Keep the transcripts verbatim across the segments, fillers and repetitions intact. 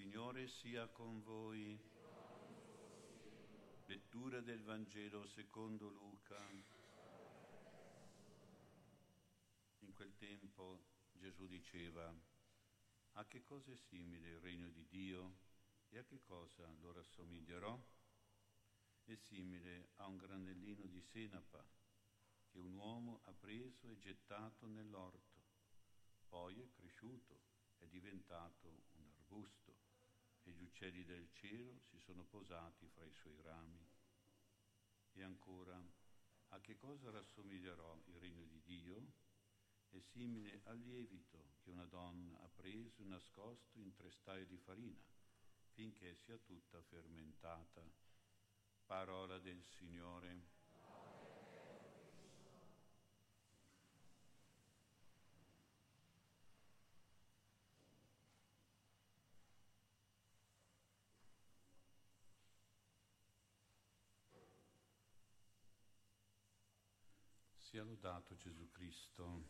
Signore sia con voi. Lettura del Vangelo secondo Luca. In quel tempo Gesù diceva: a che cosa è simile il regno di Dio e a che cosa lo rassomiglierò? È simile a un granellino di senapa che un uomo ha preso e gettato nell'orto. Poi è cresciuto, è diventato un arbusto e gli uccelli del cielo si sono posati fra i suoi rami. E ancora, a che cosa rassomiglierò il regno di Dio? È simile al lievito che una donna ha preso e nascosto in tre stai di farina finché sia tutta fermentata. Parola del Signore. Sia lodato Gesù Cristo.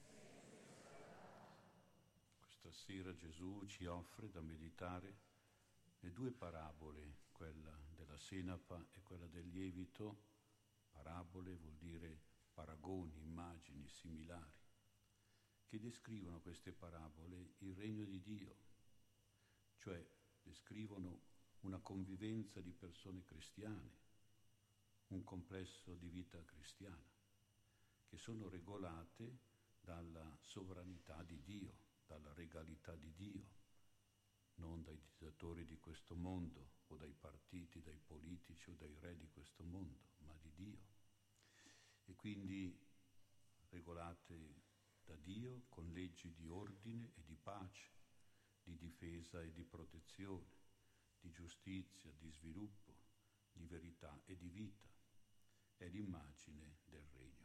Questa sera Gesù ci offre da meditare le due parabole, quella della senapa e quella del lievito. Parabole vuol dire paragoni, immagini similari, che descrivono queste parabole il regno di Dio, cioè descrivono una convivenza di persone cristiane, un complesso di vita cristiana, che sono regolate dalla sovranità di Dio, dalla regalità di Dio, non dai dittatori di questo mondo o dai partiti, dai politici o dai re di questo mondo, ma di Dio. E quindi regolate da Dio con leggi di ordine e di pace, di difesa e di protezione, di giustizia, di sviluppo, di verità e di vita. È l'immagine del regno.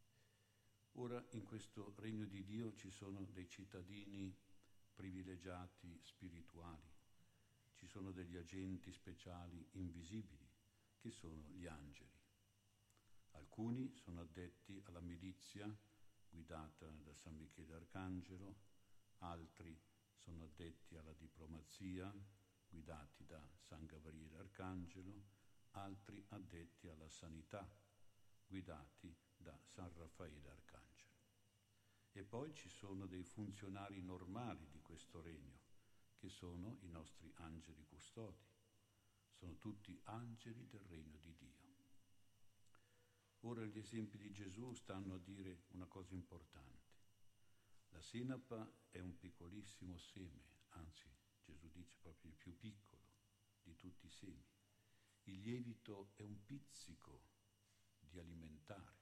Ora in questo regno di Dio ci sono dei cittadini privilegiati spirituali, ci sono degli agenti speciali invisibili, che sono gli angeli. Alcuni sono addetti alla milizia guidata da San Michele Arcangelo, altri sono addetti alla diplomazia guidati da San Gabriele Arcangelo, altri addetti alla sanità guidati da San Raffaele Arcangelo. E poi ci sono dei funzionari normali di questo regno, che sono i nostri angeli custodi. Sono tutti angeli del regno di Dio. Ora gli esempi di Gesù stanno a dire una cosa importante. La senapa è un piccolissimo seme, anzi Gesù dice proprio il più piccolo di tutti i semi. Il lievito è un pizzico di alimentare,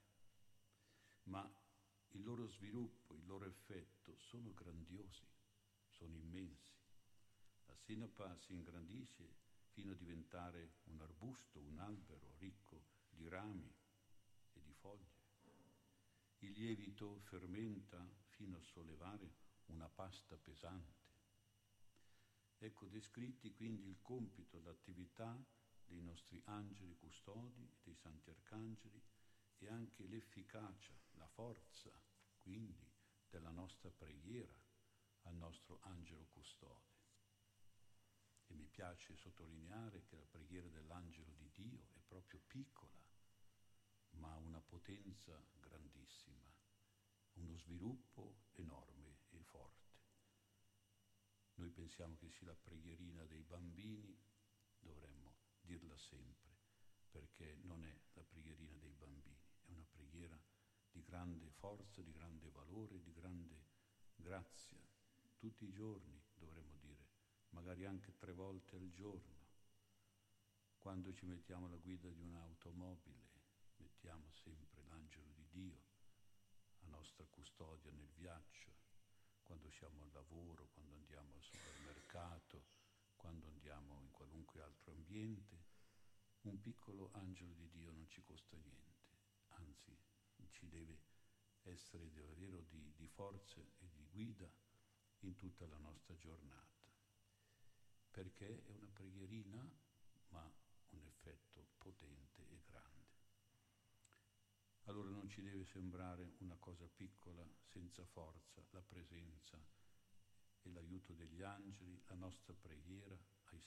ma il loro sviluppo, il loro effetto sono grandiosi, sono immensi. La senapa si ingrandisce fino a diventare un arbusto, un albero ricco di rami e di foglie. Il lievito fermenta fino a sollevare una pasta pesante. Ecco descritti quindi il compito, l'attività dei nostri angeli custodi, dei santi arcangeli, e anche l'efficacia, la forza, quindi, della nostra preghiera al nostro angelo custode. E mi piace sottolineare che la preghiera dell'angelo di Dio è proprio piccola, ma ha una potenza grandissima, uno sviluppo enorme e forte. Noi pensiamo che sia la preghierina dei bambini, dovremmo dirla sempre, perché non è la preghierina dei bambini, è una preghiera di grande forza, di grande valore, di grande grazia. Tutti i giorni dovremmo dire, magari anche tre volte al giorno. Quando ci mettiamo alla guida di un'automobile, mettiamo sempre l'angelo di Dio a nostra custodia nel viaggio. Quando siamo al lavoro, quando andiamo al supermercato, quando andiamo in qualunque altro ambiente, un piccolo angelo di Dio non ci costa niente, anzi ci deve essere davvero di, di forza e di guida in tutta la nostra giornata, perché è una preghierina ma un effetto potente e grande. Allora non ci deve sembrare una cosa piccola, senza forza, la presenza e l'aiuto degli angeli, la nostra preghiera ai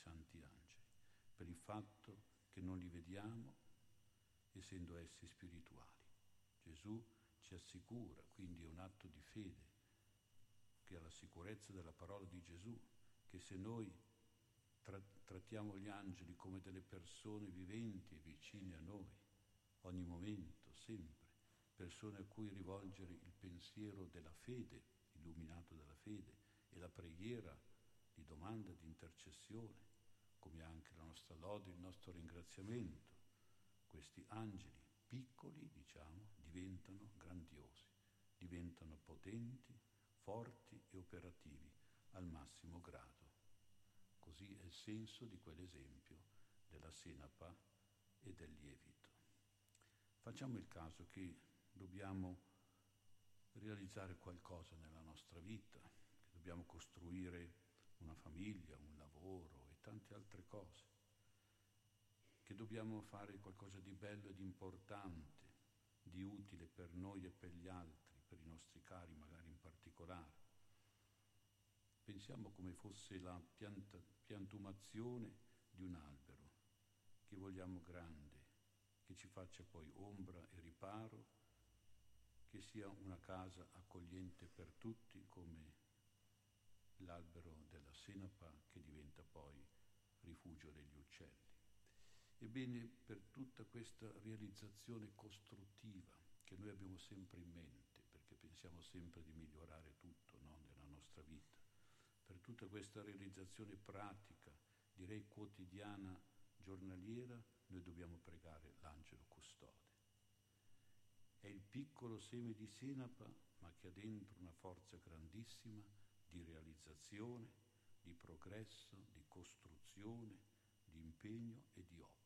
chiediamo, essendo essi spirituali. Gesù ci assicura, quindi è un atto di fede, che ha la sicurezza della parola di Gesù, che se noi tra- trattiamo gli angeli come delle persone viventi e vicine a noi, ogni momento, sempre, persone a cui rivolgere il pensiero della fede, illuminato dalla fede, e la preghiera di domanda, di intercessione, come anche la nostra lode, il nostro ringraziamento, questi angeli piccoli, diciamo, diventano grandiosi, diventano potenti, forti e operativi al massimo grado. Così è il senso di quell'esempio della senape e del lievito. Facciamo il caso che dobbiamo realizzare qualcosa nella nostra vita, che dobbiamo costruire una famiglia, un lavoro e tante altre cose, che dobbiamo fare qualcosa di bello e di importante, di utile per noi e per gli altri, per i nostri cari magari in particolare. Pensiamo come fosse la pianta, piantumazione di un albero, che vogliamo grande, che ci faccia poi ombra e riparo, che sia una casa accogliente per tutti come l'albero della senape che diventa poi rifugio degli uccelli. Ebbene, per tutta questa realizzazione costruttiva che noi abbiamo sempre in mente, perché pensiamo sempre di migliorare tutto, no, nella nostra vita, per tutta questa realizzazione pratica, direi quotidiana, giornaliera, noi dobbiamo pregare l'angelo custode. È il piccolo seme di senape, ma che ha dentro una forza grandissima di realizzazione, di progresso, di costruzione, di impegno e di opera.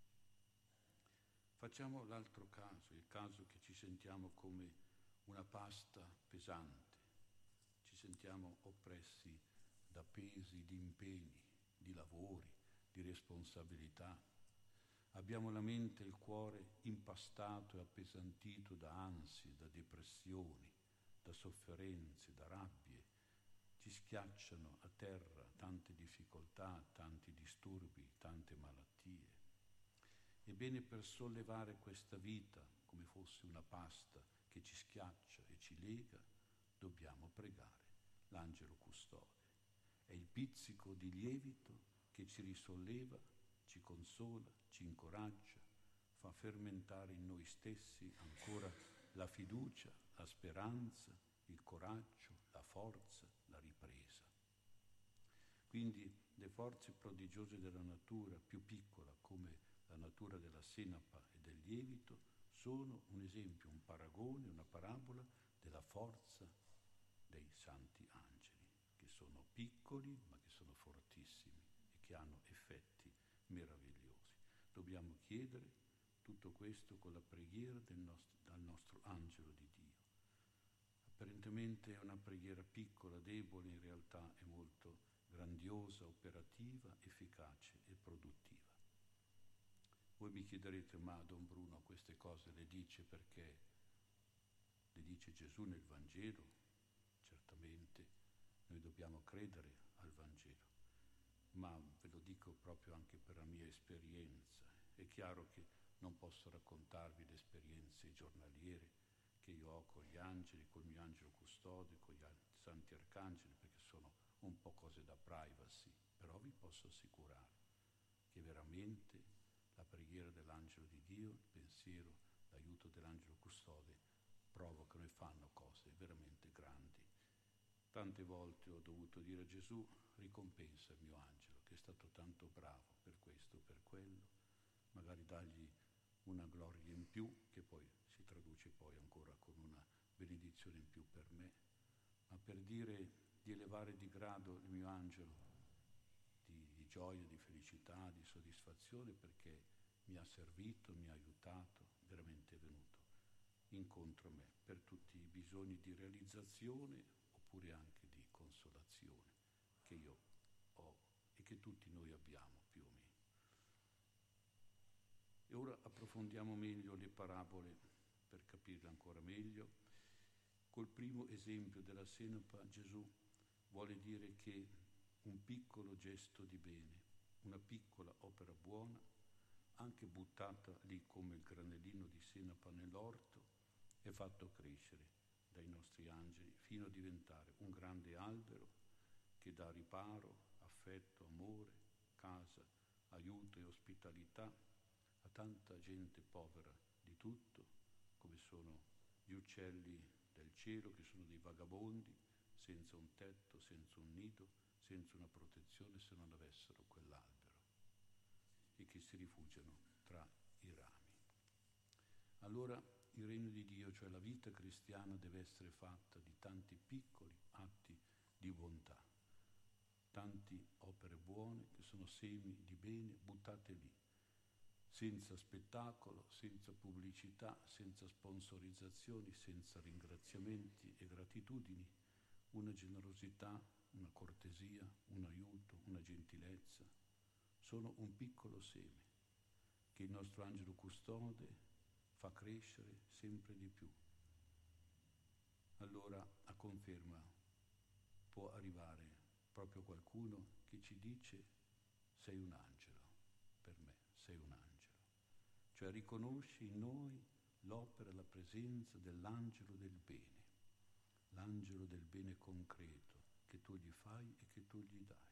Facciamo l'altro caso, il caso che ci sentiamo come una pasta pesante, ci sentiamo oppressi da pesi di impegni, di lavori, di responsabilità. Abbiamo la mente e il cuore impastato e appesantito da ansie, da depressioni, da sofferenze, da rabbie. Ci schiacciano a terra tante difficoltà, tanti disturbi, tante malattie. Ebbene, per sollevare questa vita come fosse una pasta che ci schiaccia e ci lega, dobbiamo pregare l'angelo custode. È il pizzico di lievito che ci risolleva, ci consola, ci incoraggia, fa fermentare in noi stessi ancora la fiducia, la speranza, il coraggio, la forza, la ripresa. Quindi le forze prodigiose della natura, più piccola come la natura della senape e del lievito, sono un esempio, un paragone, una parabola della forza dei santi angeli, che sono piccoli ma che sono fortissimi e che hanno effetti meravigliosi. Dobbiamo chiedere tutto questo con la preghiera del nostro, dal nostro angelo di Dio. Apparentemente è una preghiera piccola, debole, in realtà è molto grandiosa, operativa, efficace e produttiva. Voi mi chiederete, ma Don Bruno queste cose le dice perché le dice Gesù nel Vangelo? Certamente noi dobbiamo credere al Vangelo, ma ve lo dico proprio anche per la mia esperienza. È chiaro che non posso raccontarvi le esperienze giornaliere che io ho con gli angeli, col mio angelo custode, con gli santi arcangeli, perché sono un po' cose da privacy, però vi posso assicurare che veramente la preghiera dell'angelo di Dio, il pensiero, l'aiuto dell'angelo custode provocano e fanno cose veramente grandi. Tante volte ho dovuto dire a Gesù: ricompensa il mio angelo che è stato tanto bravo per questo, per quello, magari dargli una gloria in più che poi si traduce poi ancora con una benedizione in più per me, ma per dire di elevare di grado il mio angelo di, di gioia, di felicità, di soddisfazione, perché mi ha servito, mi ha aiutato, veramente è venuto incontro a me per tutti i bisogni di realizzazione oppure anche di consolazione che io ho e che tutti noi abbiamo più o meno. E ora approfondiamo meglio le parabole per capirle ancora meglio. Col primo esempio della senape Gesù vuole dire che un piccolo gesto di bene, una piccola opera buona anche buttata lì come il granellino di senape nell'orto, è fatto crescere dai nostri angeli fino a diventare un grande albero che dà riparo, affetto, amore, casa, aiuto e ospitalità a tanta gente povera di tutto, come sono gli uccelli del cielo, che sono dei vagabondi, senza un tetto, senza un nido, senza una protezione se non avessero quell'albero, e che si rifugiano tra i rami. Allora il regno di Dio, cioè la vita cristiana, deve essere fatta di tanti piccoli atti di bontà, tanti opere buone che sono semi di bene buttate lì, senza spettacolo, senza pubblicità, senza sponsorizzazioni, senza ringraziamenti e gratitudini, una generosità, una cortesia, un aiuto, una gentilezza. Sono un piccolo seme che il nostro angelo custode fa crescere sempre di più. Allora, a conferma, può arrivare proprio qualcuno che ci dice: sei un angelo, per me sei un angelo. Cioè riconosce in noi l'opera, la presenza dell'angelo del bene, l'angelo del bene concreto che tu gli fai e che tu gli dai.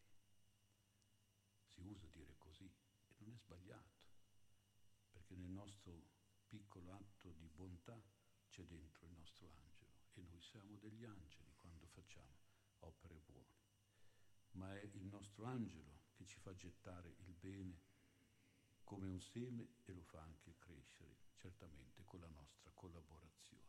Si usa dire così e non è sbagliato, perché nel nostro piccolo atto di bontà c'è dentro il nostro angelo e noi siamo degli angeli quando facciamo opere buone. Ma è il nostro angelo che ci fa gettare il bene come un seme e lo fa anche crescere, certamente con la nostra collaborazione.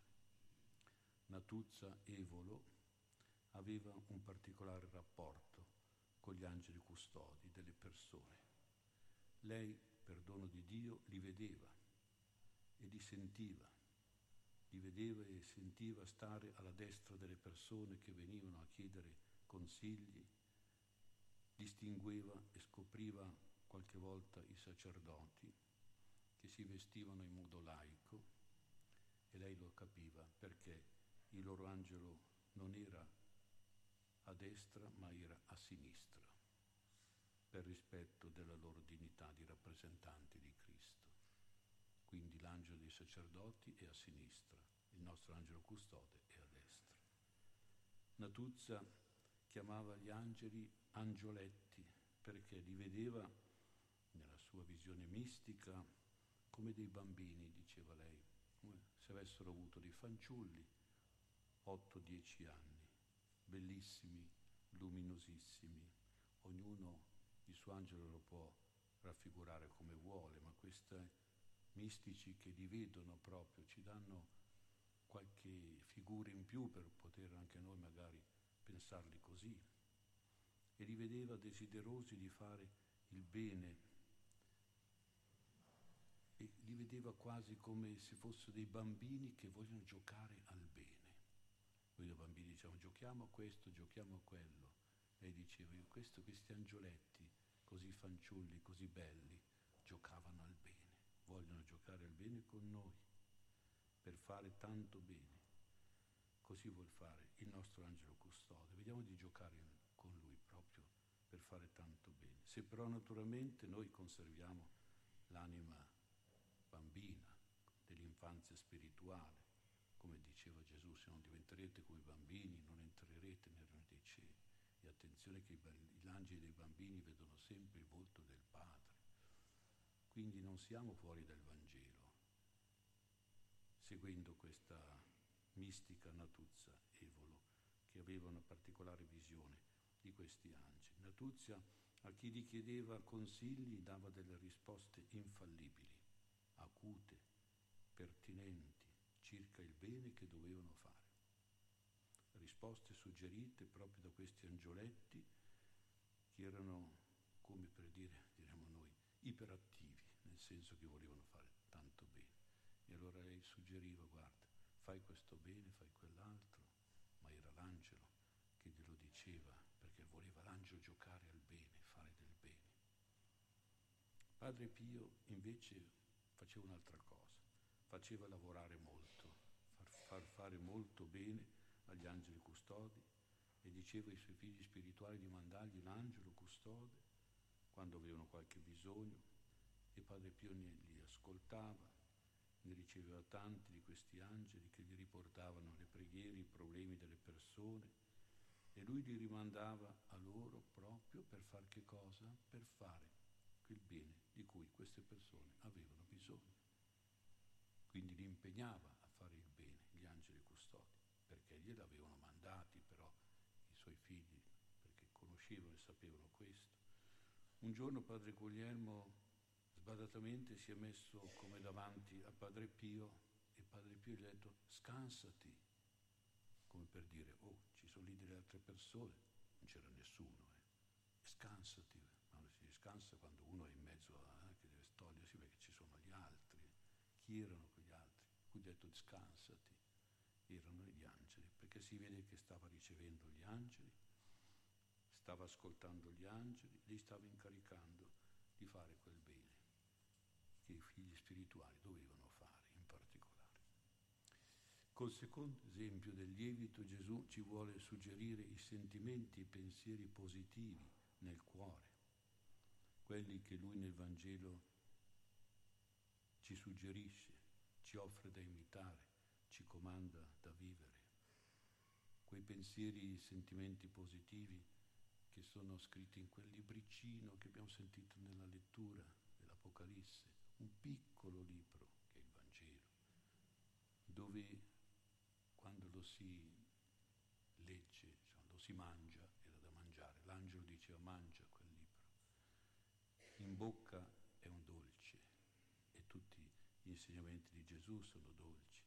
Natuzza Evolo aveva un particolare rapporto con gli angeli custodi delle persone. Lei, per dono di Dio, li vedeva e li sentiva, li vedeva e sentiva stare alla destra delle persone che venivano a chiedere consigli, distingueva e scopriva qualche volta i sacerdoti che si vestivano in modo laico, e lei lo capiva perché il loro angelo non era a destra ma era a sinistra, per rispetto della loro dignità di rappresentanti di Cristo. Quindi l'angelo dei sacerdoti è a sinistra, il nostro angelo custode è a destra. Natuzza chiamava gli angeli angioletti perché li vedeva nella sua visione mistica come dei bambini, diceva lei, come se avessero avuto dei fanciulli, otto dieci anni, bellissimi, luminosissimi. Ognuno il suo angelo lo può raffigurare come vuole, ma questi mistici che li vedono proprio ci danno qualche figura in più per poter anche noi magari pensarli così. E li vedeva desiderosi di fare il bene e li vedeva quasi come se fossero dei bambini che vogliono giocare al bene. Noi da bambini diciamo giochiamo a questo, giochiamo a quello. Lei diceva: io questo, questi angioletti così fanciulli, così belli, giocavano al bene, vogliono giocare al bene con noi per fare tanto bene. Così vuol fare il nostro angelo custode. Vediamo di giocare con lui proprio per fare tanto bene. Se però naturalmente noi conserviamo l'anima bambina dell'infanzia spirituale, come diceva Gesù: se non diventerete come bambini non entrerete nel regno dei cieli. E attenzione che gli angeli dei bambini vedono sempre il volto del Padre. Quindi non siamo fuori dal Vangelo, seguendo questa mistica Natuzza Evolo, che aveva una particolare visione di questi angeli. Natuzia, a chi gli chiedeva consigli, dava delle risposte infallibili, acute, pertinenti, circa il bene che dovevano fare. Risposte suggerite proprio da questi angioletti che erano, come per dire, diremmo noi, iperattivi, nel senso che volevano fare tanto bene. E allora lei suggeriva: guarda, fai questo bene, fai quell'altro, ma era l'angelo che glielo diceva, perché voleva l'angelo giocare al bene, fare del bene. Padre Pio invece faceva un'altra cosa, faceva lavorare molto, far, far fare molto bene agli angeli custodi, e diceva ai suoi figli spirituali di mandargli l'angelo custode quando avevano qualche bisogno, e Padre Pio ne- li ascoltava, ne riceveva tanti di questi angeli che gli riportavano le preghiere, i problemi delle persone, e lui li rimandava a loro proprio per far che cosa? Per fare quel bene di cui queste persone avevano bisogno. Quindi li impegnava a fare il bene, gli angeli custodi, perché gliel'avevano mandati però i suoi figli, perché conoscevano e sapevano questo. Un giorno Padre Guglielmo sbadatamente si è messo come davanti a Padre Pio e Padre Pio gli ha detto: scansati, come per dire: oh, ci sono lì delle altre persone, non c'era nessuno, eh. Scansati, ma si scansa quando uno è in mezzo a, eh, che deve togliersi perché ci sono gli altri. Chi erano quegli altri? Cui ha detto scansati, erano gli angeli, perché si vede che stava ricevendo gli angeli, stava ascoltando gli angeli, li stava incaricando di fare quel bene che i figli spirituali dovevano fare in particolare. Col secondo esempio del lievito Gesù ci vuole suggerire i sentimenti e i pensieri positivi nel cuore, quelli che lui nel Vangelo ci suggerisce, ci offre da imitare, ci comanda da vivere. Quei pensieri e sentimenti positivi che sono scritti in quel libricino che abbiamo sentito nella lettura dell'Apocalisse, un piccolo libro che è il Vangelo, dove quando lo si legge, cioè, lo si mangia, era da mangiare, l'angelo diceva: mangia quel libro, in bocca è un dolce, e tutti gli insegnamenti di Gesù sono dolci.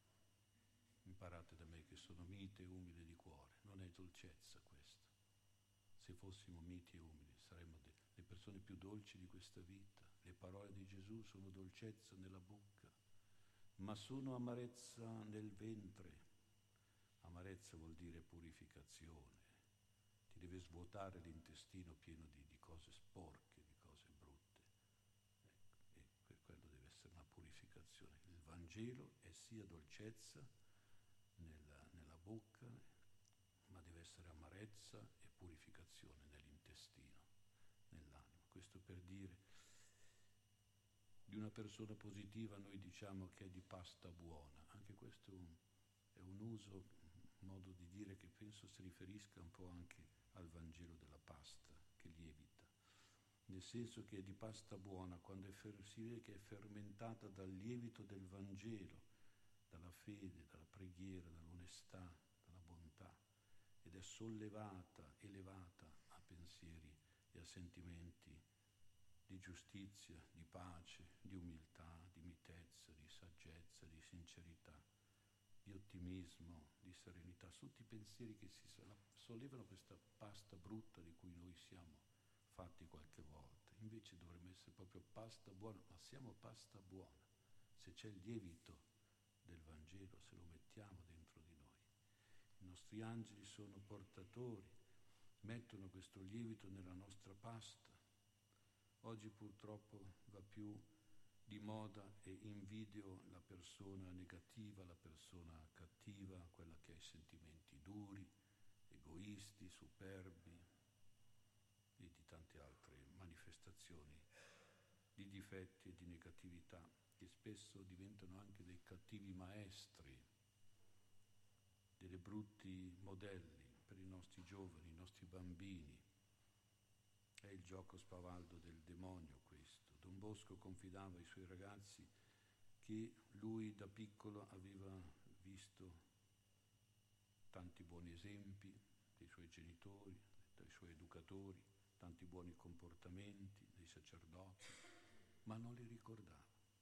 Imparate da me che sono mite e umile di cuore. Non è dolcezza questo. Se fossimo miti e umili saremmo de- le persone più dolci di questa vita. Le parole di Gesù sono dolcezza nella bocca, ma sono amarezza nel ventre. Amarezza vuol dire purificazione. Ti deve svuotare l'intestino pieno di, di cose sporche, di cose brutte. Ecco, e per quello deve essere una purificazione. Il Vangelo è sia dolcezza nella, nella bocca, ma deve essere amarezza e purificazione nell'intestino, nell'anima. Questo per dire, di una persona positiva noi diciamo che è di pasta buona. Anche questo è un, è un uso, un modo di dire che penso si riferisca un po' anche al Vangelo della pasta che lievita, nel senso che è di pasta buona quando è fer- si vede che è fermentata dal lievito del Vangelo, dalla fede, dalla preghiera, dall'onestà, dalla bontà, ed è sollevata, elevata a pensieri e a sentimenti di giustizia, di pace, di umiltà, di mitezza, di saggezza, di sincerità, di ottimismo, di serenità. Sono tutti pensieri che si sollevano questa pasta brutta di cui noi siamo fatti qualche volta. Invece dovremmo essere proprio pasta buona, ma siamo pasta buona se c'è il lievito del Vangelo, se lo mettiamo dentro di noi. I nostri angeli sono portatori, mettono questo lievito nella nostra pasta. Oggi purtroppo va più di moda e invidio la persona negativa, la persona cattiva, quella che ha i sentimenti duri, egoisti, superbi e di tante altre manifestazioni di difetti e di negatività che spesso diventano anche dei cattivi maestri, dei brutti modelli per i nostri giovani, i nostri bambini. È il gioco spavaldo del demonio questo. Don Bosco confidava ai suoi ragazzi che lui da piccolo aveva visto tanti buoni esempi dei suoi genitori, dai suoi educatori, tanti buoni comportamenti dei sacerdoti, ma non li ricordava.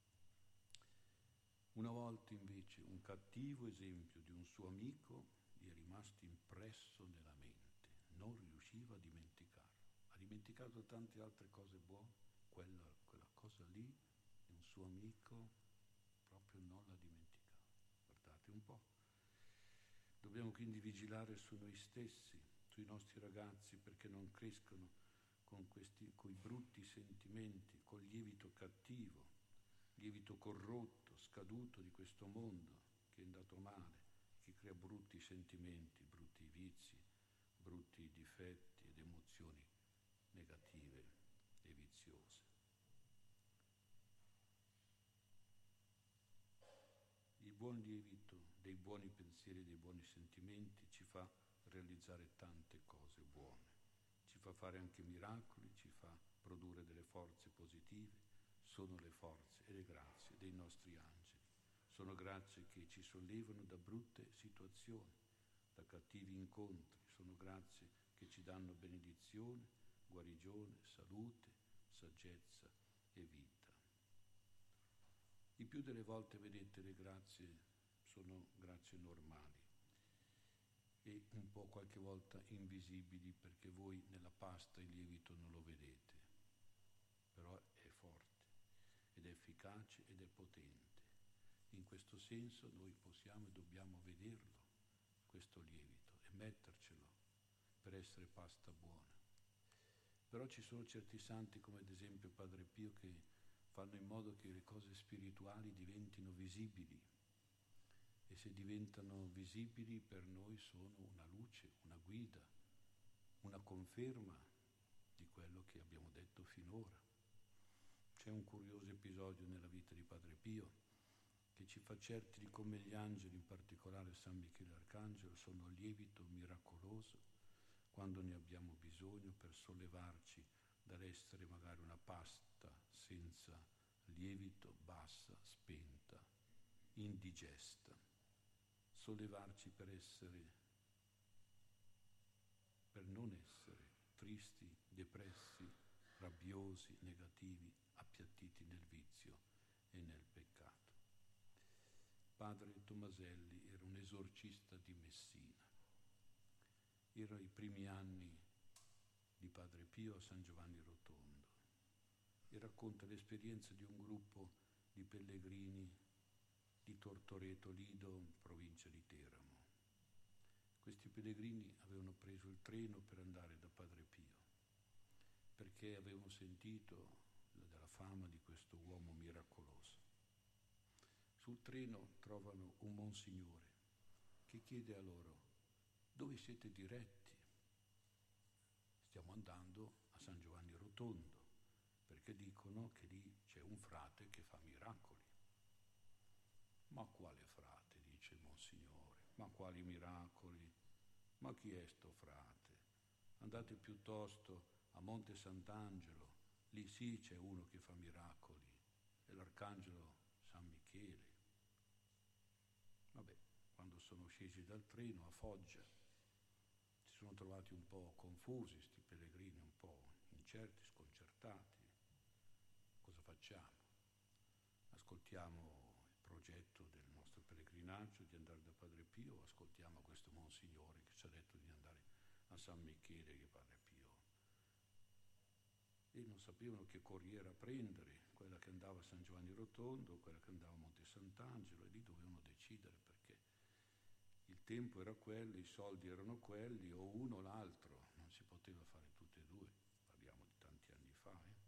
Una volta invece un cattivo esempio di un suo amico gli è rimasto impresso nella mente, non riusciva a dimenticarlo. Ha dimenticato tante altre cose buone, quella, quella cosa lì di un suo amico proprio non la dimenticava. Guardate un po'. Dobbiamo quindi vigilare su noi stessi, sui nostri ragazzi, perché non crescono con questi, coi brutti sentimenti, col lievito cattivo, lievito corrotto, scaduto di questo mondo che è andato male, che crea brutti sentimenti, brutti vizi, brutti difetti ed emozioni negative e viziose. buon lievito dei buoni pensieri e dei buoni sentimenti ci fa realizzare tante cose buone, ci fa fare anche miracoli, ci fa produrre delle forze positive. Sono le forze e le grazie dei nostri angeli, sono grazie che ci sollevano da brutte situazioni, da cattivi incontri, sono grazie che ci danno benedizione, guarigione, salute, saggezza e vita. Il più delle volte, vedete, le grazie sono grazie normali e un po' qualche volta invisibili, perché voi nella pasta il lievito non lo vedete, però è forte ed è efficace ed è potente. In questo senso noi possiamo e dobbiamo vederlo, questo lievito, e mettercelo per essere pasta buona. Però ci sono certi santi, come ad esempio Padre Pio, che fanno in modo che le cose spirituali diventino visibili, e se diventano visibili per noi sono una luce, una guida, una conferma di quello che abbiamo detto finora. C'è un curioso episodio nella vita di Padre Pio che ci fa certi come gli angeli, in particolare San Michele Arcangelo, sono lievito miracoloso quando ne abbiamo bisogno per sollevarci dall'essere magari una pasta senza lievito, bassa, spenta, indigesta, sollevarci per essere, per non essere tristi, depressi, rabbiosi, negativi, appiattiti nel vizio e nel peccato. Padre Tomaselli era un esorcista di Messina. Erano i primi anni di Padre Pio a San Giovanni Rotondo e racconta l'esperienza di un gruppo di pellegrini di Tortoreto Lido, provincia di Teramo. Questi pellegrini avevano preso il treno per andare da Padre Pio, perché avevano sentito della fama di questo uomo miracoloso. Sul treno trovano un monsignore che chiede a loro: dove siete diretti? Stiamo andando a San Giovanni Rotondo, perché dicono che lì c'è un frate che fa miracoli. Ma quale frate? Dice il monsignore. Ma quali miracoli? Ma chi è sto frate? Andate piuttosto a Monte Sant'Angelo, lì sì c'è uno che fa miracoli, è l'arcangelo San Michele. Vabbè, quando sono scesi dal treno a Foggia si sono trovati un po' confusi, sti pellegrini, un po' incerti, sconcertati. Cosa facciamo? Ascoltiamo il progetto del nostro pellegrinaggio di andare da Padre Pio, o ascoltiamo questo monsignore che ci ha detto di andare a San Michele, che è Padre Pio? E non sapevano che corriera prendere, quella che andava a San Giovanni Rotondo, quella che andava a Monte Sant'Angelo, e lì dovevano decidere, perché il tempo era quello, i soldi erano quelli, o uno o l'altro, non si poteva fare tutte e due, parliamo di tanti anni fa. Eh?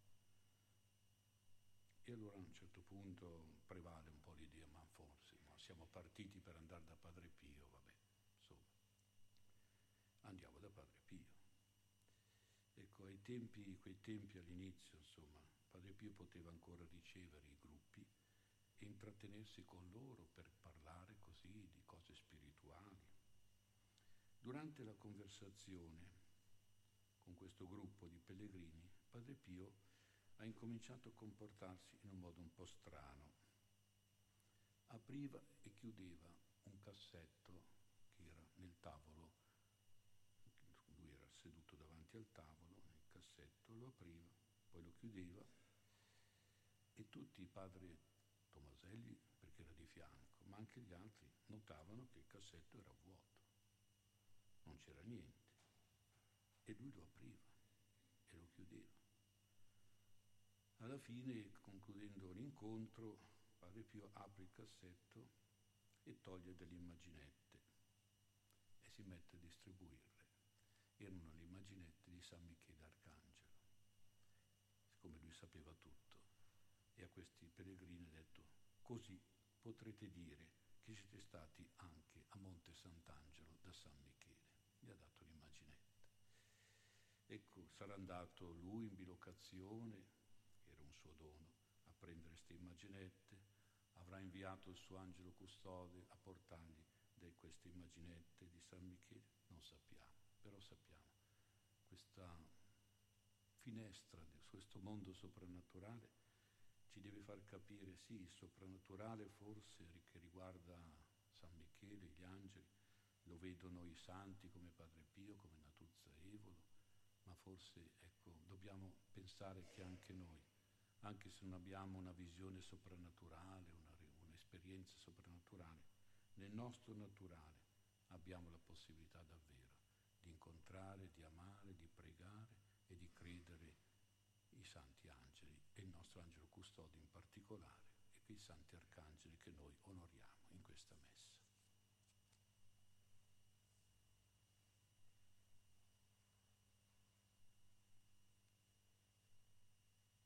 E allora a un certo punto prevale un po' l'idea, ma forse, ma siamo partiti per andare da Padre Pio, vabbè, insomma, andiamo da Padre Pio. Ecco, ai tempi, quei tempi all'inizio, insomma, Padre Pio poteva ancora ricevere i gruppi e intrattenersi con loro per parlare così di cose spirituali. Durante la conversazione con questo gruppo di pellegrini, Padre Pio ha incominciato a comportarsi in un modo un po' strano. Apriva e chiudeva un cassetto che era nel tavolo, lui era seduto davanti al tavolo, il cassetto lo apriva, poi lo chiudeva, e tutti i padri Tomaselli, perché era di fianco, ma anche gli altri notavano che il cassetto era vuoto, non c'era niente, e lui lo apriva e lo chiudeva. Alla fine, concludendo l'incontro, Padre Pio apre il cassetto e toglie delle immaginette e si mette a distribuirle. Erano le immaginette di San Michele Arcangelo, siccome lui sapeva tutto, e a questi pellegrini ha detto: così potrete dire che siete stati anche a Monte Sant'Angelo da San Michele. Gli ha dato l'immaginetta. Ecco, sarà andato lui in bilocazione, che era un suo dono, a prendere queste immaginette, a avrà inviato il suo angelo custode a portargli di queste immaginette di San Michele? Non sappiamo, però sappiamo questa finestra di questo mondo soprannaturale ci deve far capire, sì, il soprannaturale forse che riguarda San Michele, gli angeli, lo vedono i santi come Padre Pio, come Natuzza Evolo, ma forse, ecco, dobbiamo pensare che anche noi, anche se non abbiamo una visione soprannaturale, una, un'esperienza soprannaturale, nel nostro naturale abbiamo la possibilità davvero di incontrare, di amare, di pregare e di credere i santi angeli e il nostro angelo custode in particolare e quei santi arcangeli che noi onoriamo.